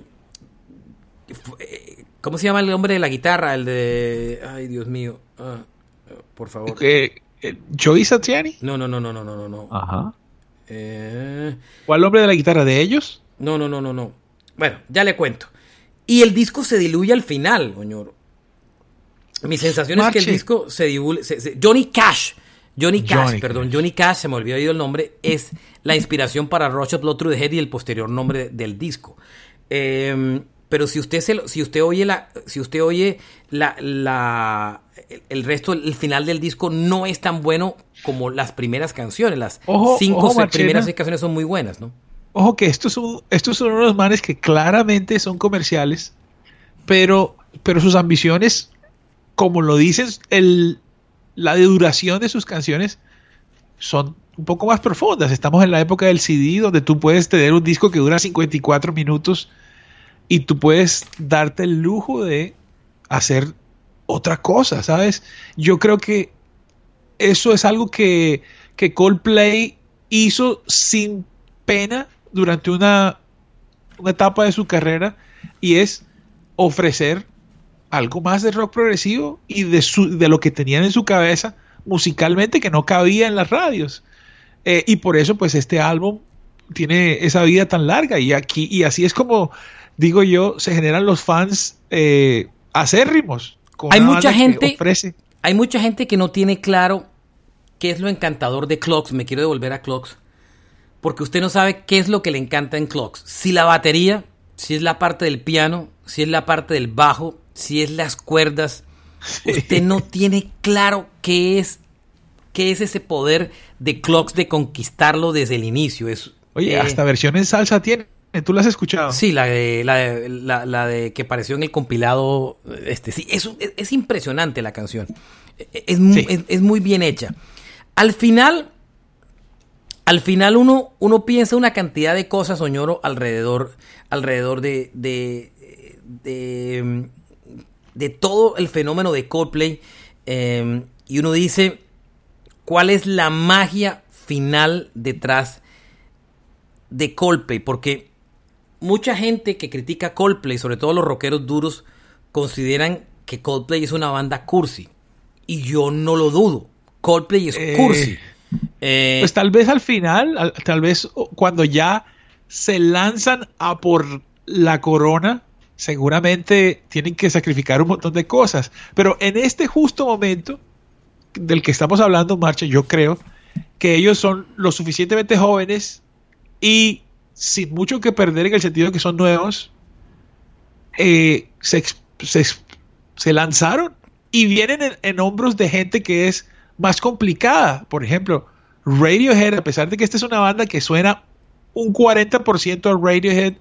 ¿Cómo se llama el hombre de la guitarra? El de... Ay, Dios mío. Ah, por favor. Eh, eh, ¿Joey Satriani? No, no, no, no, no, no, no, no. Ajá. Eh, ¿Cuál hombre de la guitarra? ¿De ellos? no, no, no, no, no. Bueno, ya le cuento. Y el disco se diluye al final, coño. Mi sensación Marche. es que el disco se diluye. Se, se, Johnny Cash. Johnny Cash, Johnny perdón. Cash. Johnny Cash, se me olvidó el nombre. Es la inspiración para Rush of Blood Through the Head y el posterior nombre de, del disco. Eh, pero si usted se lo, si usted oye la, si usted oye la, la el, el resto, el final del disco no es tan bueno como las primeras canciones. Las Ojo, cinco ojo, se- Marchena. primeras seis canciones son muy buenas, ¿no? Ojo que estos son, estos son unos manes que claramente son comerciales, pero, pero sus ambiciones, como lo dicen, el, la duración de sus canciones son un poco más profundas. Estamos en la época del C D, donde tú puedes tener un disco que dura cincuenta y cuatro minutos y tú puedes darte el lujo de hacer otra cosa, ¿sabes? Yo creo que eso es algo que, que Coldplay hizo sin pena durante una, una etapa de su carrera, y es ofrecer algo más de rock progresivo y de, su, de lo que tenían en su cabeza musicalmente, que no cabía en las radios. Eh, y por eso pues este álbum tiene esa vida tan larga, y aquí y así es como, digo yo, se generan los fans eh, acérrimos. Hay mucha gente ofrece. Hay mucha gente que no tiene claro qué es lo encantador de Clocks. Me quiero devolver a Clocks, porque usted no sabe qué es lo que le encanta en Clocks. Si la batería, si es la parte del piano, si es la parte del bajo, si es las cuerdas. Sí. Usted no tiene claro qué es, qué es ese poder de Clocks de conquistarlo desde el inicio. Es, Oye, eh, hasta versión en salsa tiene. ¿Tú la has escuchado? Sí, la de, la de, la, la de que apareció en el compilado. Este, sí, es, es, es impresionante la canción. Es, sí. es, es muy bien hecha. Al final, al final uno, uno piensa una cantidad de cosas, Oñoro, alrededor, alrededor de, de, de, de todo el fenómeno de Coldplay. Eh, y uno dice, ¿cuál es la magia final detrás de Coldplay? Porque mucha gente que critica Coldplay, sobre todo los rockeros duros, consideran que Coldplay es una banda cursi. Y yo no lo dudo. Coldplay es eh, cursi. Eh, pues tal vez al final, tal vez cuando ya se lanzan a por la corona, seguramente tienen que sacrificar un montón de cosas. Pero en este justo momento del que estamos hablando, Marcha, yo creo que ellos son lo suficientemente jóvenes y sin mucho que perder, en el sentido de que son nuevos, eh, se, se, se lanzaron y vienen en, en hombros de gente que es más complicada. Por ejemplo, Radiohead, a pesar de que esta es una banda que suena un cuarenta por ciento a Radiohead,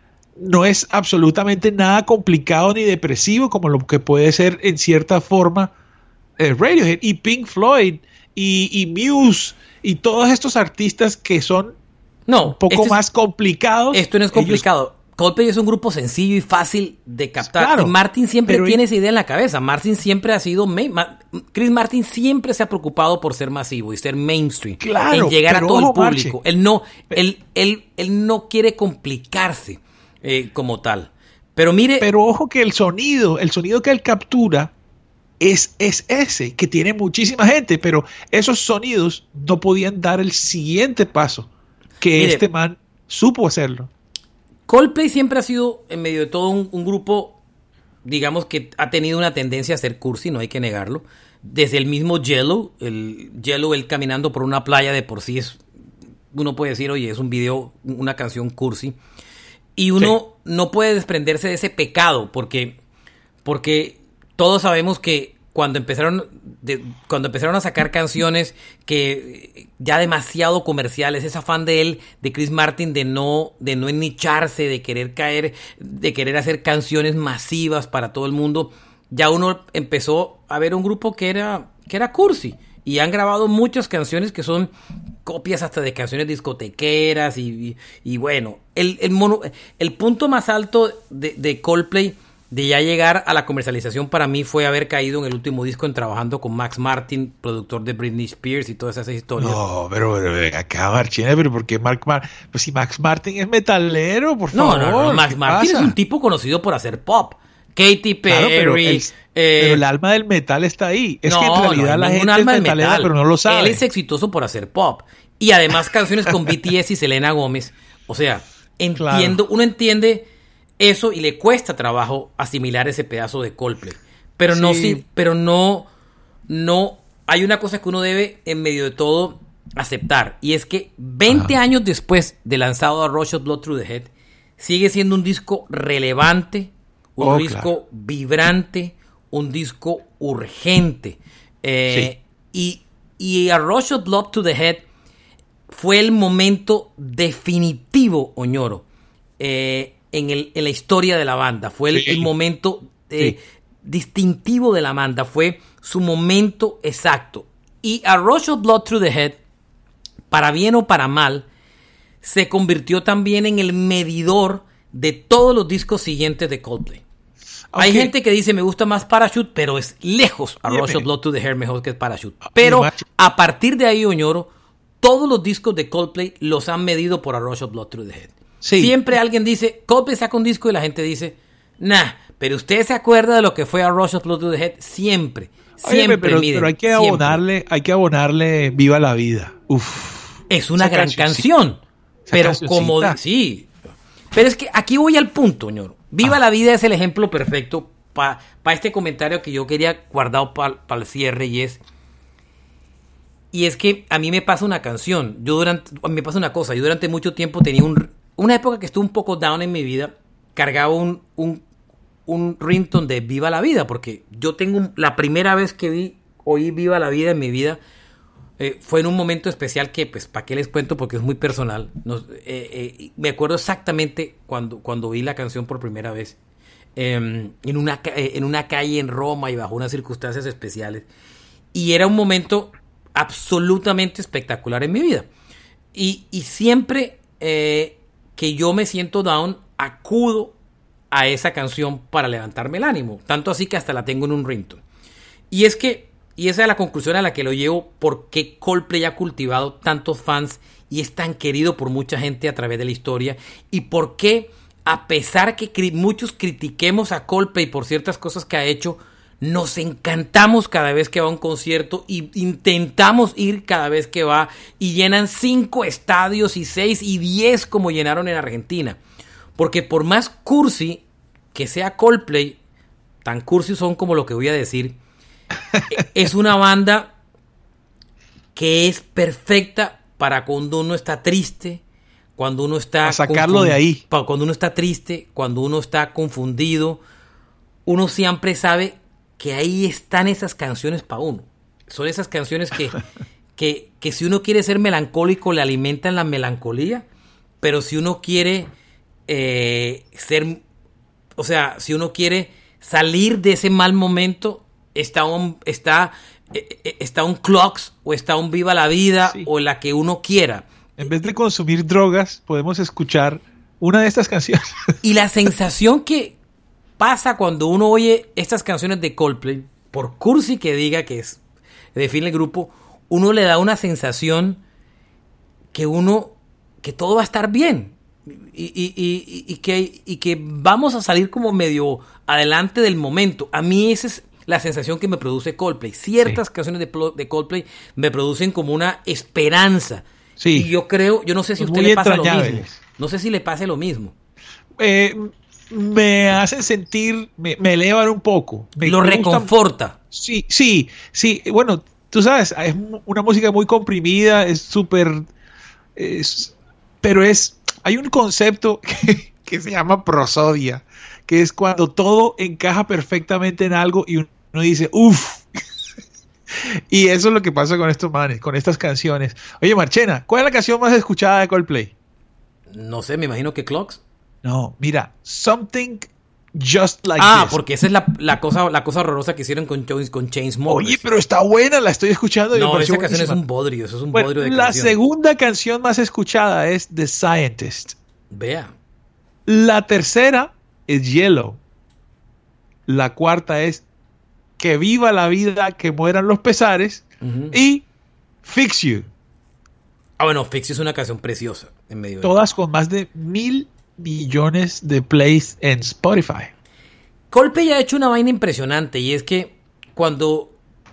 no es absolutamente nada complicado ni depresivo como lo que puede ser en cierta forma eh, Radiohead y Pink Floyd y, y Muse y todos estos artistas que son No, un poco es, más complicados. Esto no es complicado. Ellos, Coldplay es un grupo sencillo y fácil de captar. Claro, y Martin siempre tiene esa idea en la cabeza. Martin siempre ha sido... Ma- Chris Martin siempre se ha preocupado por ser masivo y ser mainstream. Claro, en llegar a todo ojo, el público. Marche. Él no, él, él, él no quiere complicarse eh, como tal. Pero mire... Pero ojo que el sonido, el sonido que él captura es, es ese, que tiene muchísima gente. Pero esos sonidos no podían dar el siguiente paso. Que Mire, este man supo hacerlo. Coldplay siempre ha sido, en medio de todo, un, un grupo, digamos, que ha tenido una tendencia a ser cursi, no hay que negarlo. Desde el mismo Yellow, el Yellow, él caminando por una playa, de por sí es, uno puede decir, oye, es un video, una canción cursi. Y uno sí. no puede desprenderse de ese pecado, porque, porque todos sabemos que Cuando empezaron, de, cuando empezaron a sacar canciones que ya demasiado comerciales, ese afán de él, de Chris Martin, de no, de no ennicharse, de querer caer, de querer hacer canciones masivas para todo el mundo, ya uno empezó a ver un grupo que era, que era cursi. Y han grabado muchas canciones que son copias hasta de canciones discotequeras. Y, y, y bueno, el, el, mono, el punto más alto de, de Coldplay, de ya llegar a la comercialización, para mí fue haber caído en el último disco en trabajando con Max Martin, productor de Britney Spears y todas esas historias. No, pero, pero acá Marchena, pero ¿por qué Mark Mar- pues si Max Martin es metalero, por no, favor? No, no, Max Martin pasa? Es un tipo conocido por hacer pop. Katy Perry. Claro, pero, el, eh, pero el alma del metal está ahí. Es no, que en realidad no, la gente alma es metalera, metal. pero no lo sabe. Él es exitoso por hacer pop. Y además canciones con B T S y Selena Gómez. O sea, entiendo, claro. uno entiende eso y le cuesta trabajo asimilar ese pedazo de Coldplay. Pero sí. no, sí, pero no, no, hay una cosa que uno debe en medio de todo aceptar, y es que veinte Ajá. años después de lanzado a Rush of Blood Through the Head, sigue siendo un disco relevante, un oh, disco claro. vibrante, un disco urgente. Eh, sí. y, y a Rush of Blood to the Head fue el momento definitivo, Oñoro, eh, En, el, en la historia de la banda. Fue el, sí. el momento eh, sí. distintivo de la banda. Fue su momento exacto. Y a Rush of Blood Through the Head para bien o para mal, se convirtió también en el medidor de todos los discos siguientes de Coldplay. Okay. Hay gente que dice me gusta más Parachute, pero es lejos a Rush of Blood to the Hair mejor que Parachute. Pero a partir de ahí, Oñoro, todos los discos de Coldplay los han medido por A Rush of Blood to the Head. Sí. Siempre alguien dice, Coldplay saca un disco y la gente dice, nah, pero usted se acuerda de lo que fue A Rush of Blood to the Head. Siempre, siempre. Oye, pero, miden, pero hay que siempre. abonarle, hay que abonarle Viva la Vida. Uf. Es una gran canción. Pero como, sí. Pero es que aquí voy al punto, Ñoro. Viva ah. la Vida es el ejemplo perfecto para pa este comentario que yo quería guardado para pa el cierre y es y es que a mí me pasa una canción, yo durante me pasa una cosa, yo durante mucho tiempo tenía un, una época que estuve un poco down en mi vida, cargaba un un, un ringtone de Viva la Vida, porque yo tengo un, la primera vez que vi oí Viva la Vida en mi vida eh, fue en un momento especial que, pues, ¿para qué les cuento? Porque es muy personal. Nos, eh, eh, me acuerdo exactamente cuando, cuando vi la canción por primera vez. Eh, en, una, eh, en una calle en Roma y bajo unas circunstancias especiales. Y era un momento absolutamente espectacular en mi vida. Y, y siempre eh, que yo me siento down, acudo a esa canción para levantarme el ánimo. Tanto así que hasta la tengo en un ringtone. Y es que Y esa es la conclusión a la que lo llevo, por qué Coldplay ha cultivado tantos fans y es tan querido por mucha gente a través de la historia, y por qué, a pesar que cri- muchos critiquemos a Coldplay por ciertas cosas que ha hecho, nos encantamos cada vez que va a un concierto y intentamos ir cada vez que va, y llenan cinco estadios y seis y diez como llenaron en Argentina. Porque por más cursi que sea Coldplay, tan cursi son como lo que voy a decir, es una banda que es perfecta para cuando uno está triste, cuando uno está... A sacarlo de ahí. Cuando uno está triste, cuando uno está confundido, uno siempre sabe que ahí están esas canciones para uno. Son esas canciones que, que, que si uno quiere ser melancólico, le alimentan la melancolía, pero si uno quiere eh, ser... O sea, si uno quiere salir de ese mal momento... Está un, está, está un Clocks o está un Viva la Vida, sí, o la que uno quiera. En vez de consumir drogas, podemos escuchar una de estas canciones. Y la sensación que pasa cuando uno oye estas canciones de Coldplay, por cursi que diga que es, define el grupo, uno le da una sensación que uno, que todo va a estar bien. Y, y, y, y, que, y que vamos a salir como medio adelante del momento. A mí ese es la sensación que me produce Coldplay. Ciertas sí. canciones de, de Coldplay me producen como una esperanza. Sí. Y yo creo, yo no sé si a usted le pasa lo mismo. No sé si le pase lo mismo. Eh, me hacen sentir, me, me elevan un poco. Me, lo me reconforta. Gusta, sí, sí, sí. Bueno, tú sabes, es una música muy comprimida, es súper... Es, pero es... Hay un concepto que, que se llama prosodia, que es cuando todo encaja perfectamente en algo y uno dice, uff. Y eso es lo que pasa con estos manes, con estas canciones. Oye, Marchena, ¿cuál es la canción más escuchada de Coldplay? No sé, me imagino que Clocks. No, mira, Something Just Like ah, This. Ah, porque esa es la, la, cosa, la cosa horrorosa que hicieron con, con Chainsmokers. Oye, pero está buena, la estoy escuchando. Y no, me esa canción buenísima. Es un bodrio, eso es un bueno, bodrio de la canción. La segunda canción más escuchada es The Scientist. Vea. La tercera es Yellow. La cuarta es Que viva la vida, que mueran los pesares. Uh-huh. Y Fix You. Ah, bueno, Fix You es una canción preciosa. En medio Todas de... con más de mil millones de plays en Spotify. Coldplay ha hecho una vaina impresionante, y es que cuando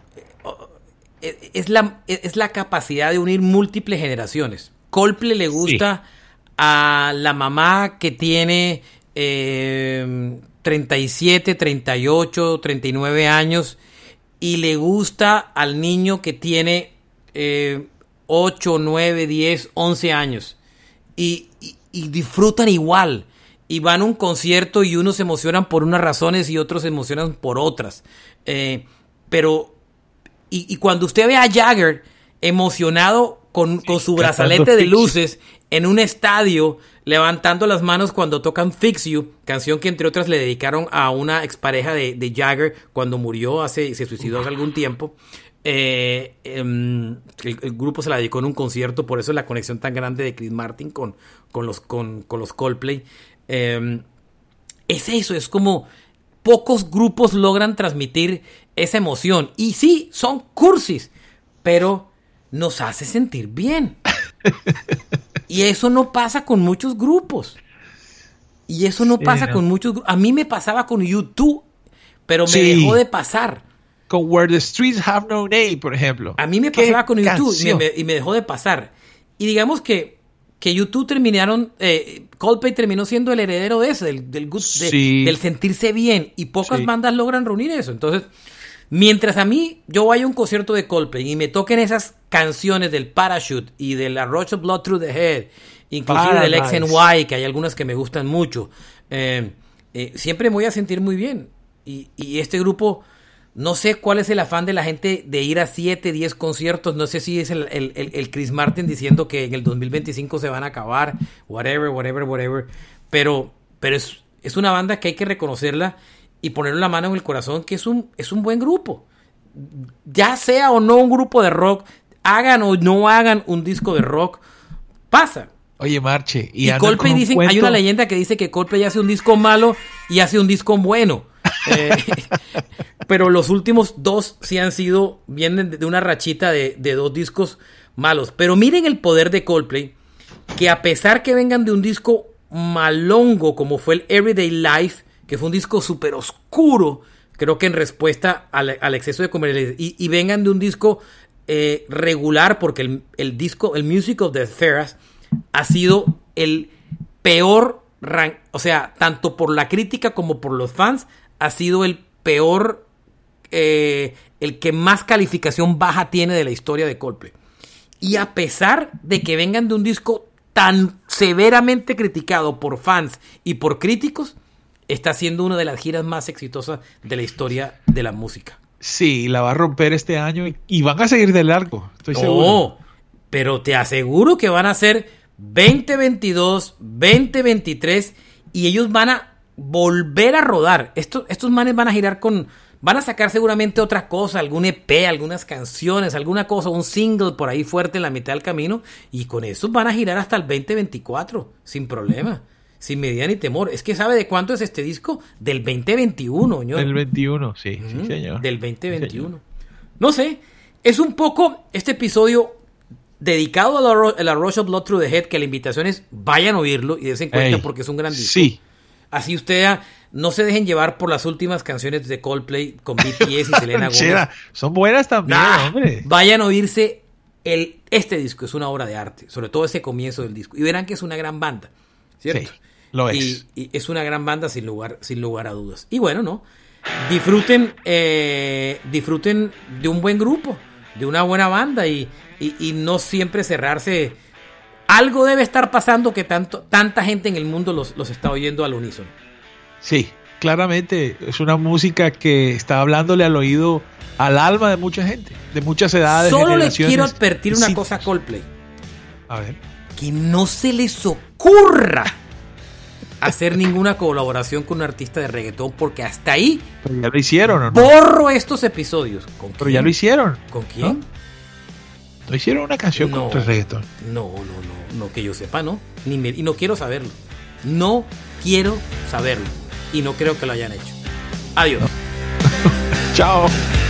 es la, es la capacidad de unir múltiples generaciones. Coldplay le gusta sí. a la mamá que tiene eh, treinta y siete, treinta y ocho, treinta y nueve años, y le gusta al niño que tiene eh, ocho, nueve, diez, once años, y, y, y disfrutan igual. Y van a un concierto y unos se emocionan por unas razones y otros se emocionan por otras. Eh, pero, y, y cuando usted ve a Jagger emocionado con, con su brazalete de luces en un estadio, levantando las manos cuando tocan Fix You, canción que entre otras le dedicaron a una expareja de, de Jagger cuando murió, hace, se suicidó hace algún tiempo. Eh, eh, el, el grupo se la dedicó en un concierto, por eso es la conexión tan grande de Chris Martin con, con, los, con, con los Coldplay. Eh, es eso, es como pocos grupos logran transmitir esa emoción. Y sí, son cursis, pero nos hace sentir bien. Y eso no pasa con muchos grupos. Y eso no sí, pasa no. con muchos grupos. A mí me pasaba con U dos, pero me sí. dejó de pasar. Con Where the Streets Have No Name, por ejemplo. A mí me pasaba con U dos y me, y me dejó de pasar. Y digamos que, que U dos terminaron, eh, Coldplay terminó siendo el heredero de eso, del, del, good, de, sí. del sentirse bien. Y pocas sí. bandas logran reunir eso. Entonces, mientras a mí, yo vaya a un concierto de Coldplay y me toquen esas canciones del Parachute y de la Rush of Blood Through the Head, inclusive Paradise. Del X and Y, que hay algunas que me gustan mucho, eh, eh, siempre me voy a sentir muy bien. Y, y este grupo, no sé cuál es el afán de la gente de ir a siete, diez conciertos, no sé si es el, el, el, el Chris Martin diciendo que en el dos mil veinticinco se van a acabar, whatever, whatever, whatever, pero, pero es, es una banda que hay que reconocerla y ponerle la mano en el corazón, que es un, es un buen grupo. Ya sea o no un grupo de rock, hagan o no hagan un disco de rock, pasa. Oye, Marche, y, y Coldplay dicen, cuento... hay una leyenda que dice que Coldplay hace un disco malo y hace un disco bueno. Eh, pero los últimos dos sí han sido, vienen de una rachita de, de dos discos malos. Pero miren el poder de Coldplay, que a pesar que vengan de un disco malongo como fue el Everyday Life, que fue un disco súper oscuro, creo que en respuesta al, al exceso de comercialidad, y, y vengan de un disco eh, regular, porque el, el disco, el Music of the Spheres ha sido el peor, ran- o sea, tanto por la crítica como por los fans, ha sido el peor, eh, el que más calificación baja tiene de la historia de Coldplay. Y a pesar de que vengan de un disco tan severamente criticado por fans y por críticos, está siendo una de las giras más exitosas de la historia de la música. Sí, la va a romper este año y, y van a seguir de largo, estoy seguro. No, pero te aseguro que van a ser veinte veintidós, veinte veintitrés y ellos van a volver a rodar. Estos, estos manes van a girar con... Van a sacar seguramente otra cosa, algún E P, algunas canciones, alguna cosa, un single por ahí fuerte en la mitad del camino, y con eso van a girar hasta el veinte veinticuatro, sin problema, sin medida ni temor. Es que ¿sabe de cuánto es este disco? Del veinte veintiuno, señor. Del veintiuno, sí, uh-huh. sí, señor. Del veinte veintiuno. Sí, no sé, es un poco este episodio dedicado a la, a la Rush of Blood Through the Head, que la invitación es vayan a oírlo y dense cuenta. Ey, porque es un gran disco. Sí. Así usted no se dejen llevar por las últimas canciones de Coldplay con B T S y Selena Gomez. Son buenas también, nah, hombre. Vayan a oírse el, este disco, es una obra de arte, sobre todo ese comienzo del disco. Y verán que es una gran banda, ¿cierto? Sí, lo es. Y, y es una gran banda sin lugar, sin lugar a dudas. Y bueno, ¿no? Disfruten, eh, disfruten de un buen grupo, de una buena banda y, y, y no siempre cerrarse. Algo debe estar pasando que tanto, tanta gente en el mundo los, los está oyendo al unísono. Sí, claramente es una música que está hablándole al oído, al alma de mucha gente, de muchas edades. Solo les quiero advertir una sí. cosa a Coldplay. A ver. Que no se les ocurra hacer ninguna colaboración con un artista de reggaetón, porque hasta ahí... Pero ya lo hicieron, ¿o no? Borro estos episodios. ¿Con Pero quién? Ya lo hicieron. ¿Con quién? ¿No? ¿No hicieron una canción no, contra el reggaetón? No, no, no, no, que yo sepa, no. Ni me, y no quiero saberlo. No quiero saberlo. Y no creo que lo hayan hecho. Adiós. Chao.